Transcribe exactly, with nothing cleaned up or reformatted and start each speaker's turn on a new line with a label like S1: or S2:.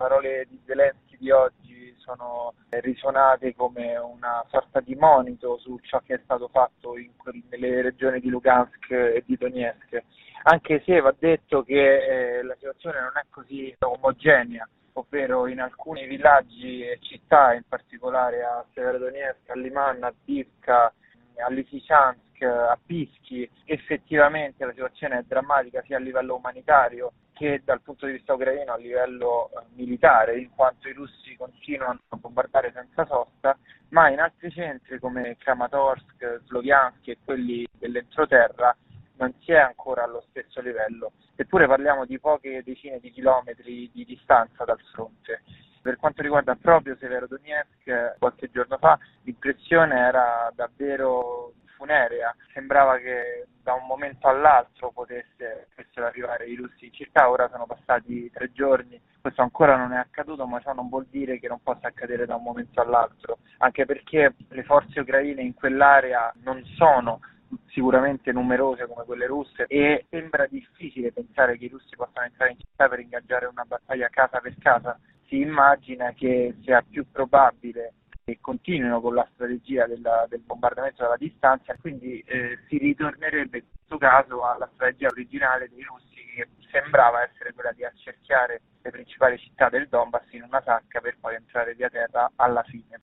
S1: parole di Zelensky di oggi sono risuonate come una sorta di monito su ciò che è stato fatto in que- nelle regioni di Lugansk e di Donetsk, anche se va detto che eh, la situazione non è così omogenea, ovvero in alcuni villaggi e città, in particolare a Severodonetsk, a Liman, a Divka, a Lysychansk, a Pisky, effettivamente la situazione è drammatica sia a livello umanitario che dal punto di vista ucraino a livello eh, militare, in quanto i russi continuano a bombardare senza sosta, ma in altri centri come Kramatorsk, Sloviansk e quelli dell'entroterra non si è ancora allo stesso livello, eppure parliamo di poche decine di chilometri di distanza dal fronte. Per quanto riguarda proprio Severodonetsk, qualche giorno fa l'impressione era davvero funerea, sembrava che da un momento all'altro potesse, potessero arrivare i russi in città. Ora sono passati tre giorni, questo ancora non è accaduto, ma ciò non vuol dire che non possa accadere da un momento all'altro, anche perché le forze ucraine in quell'area non sono sicuramente numerose come quelle russe e sembra difficile pensare che i russi possano entrare in città per ingaggiare una battaglia casa per casa. Si immagina che sia più probabile che continuino con la strategia della, del bombardamento dalla distanza, quindi eh, si ritornerebbe in questo caso alla strategia originale dei russi, che sembrava essere quella di accerchiare le principali città del Donbass in una sacca per poi entrare via terra alla fine.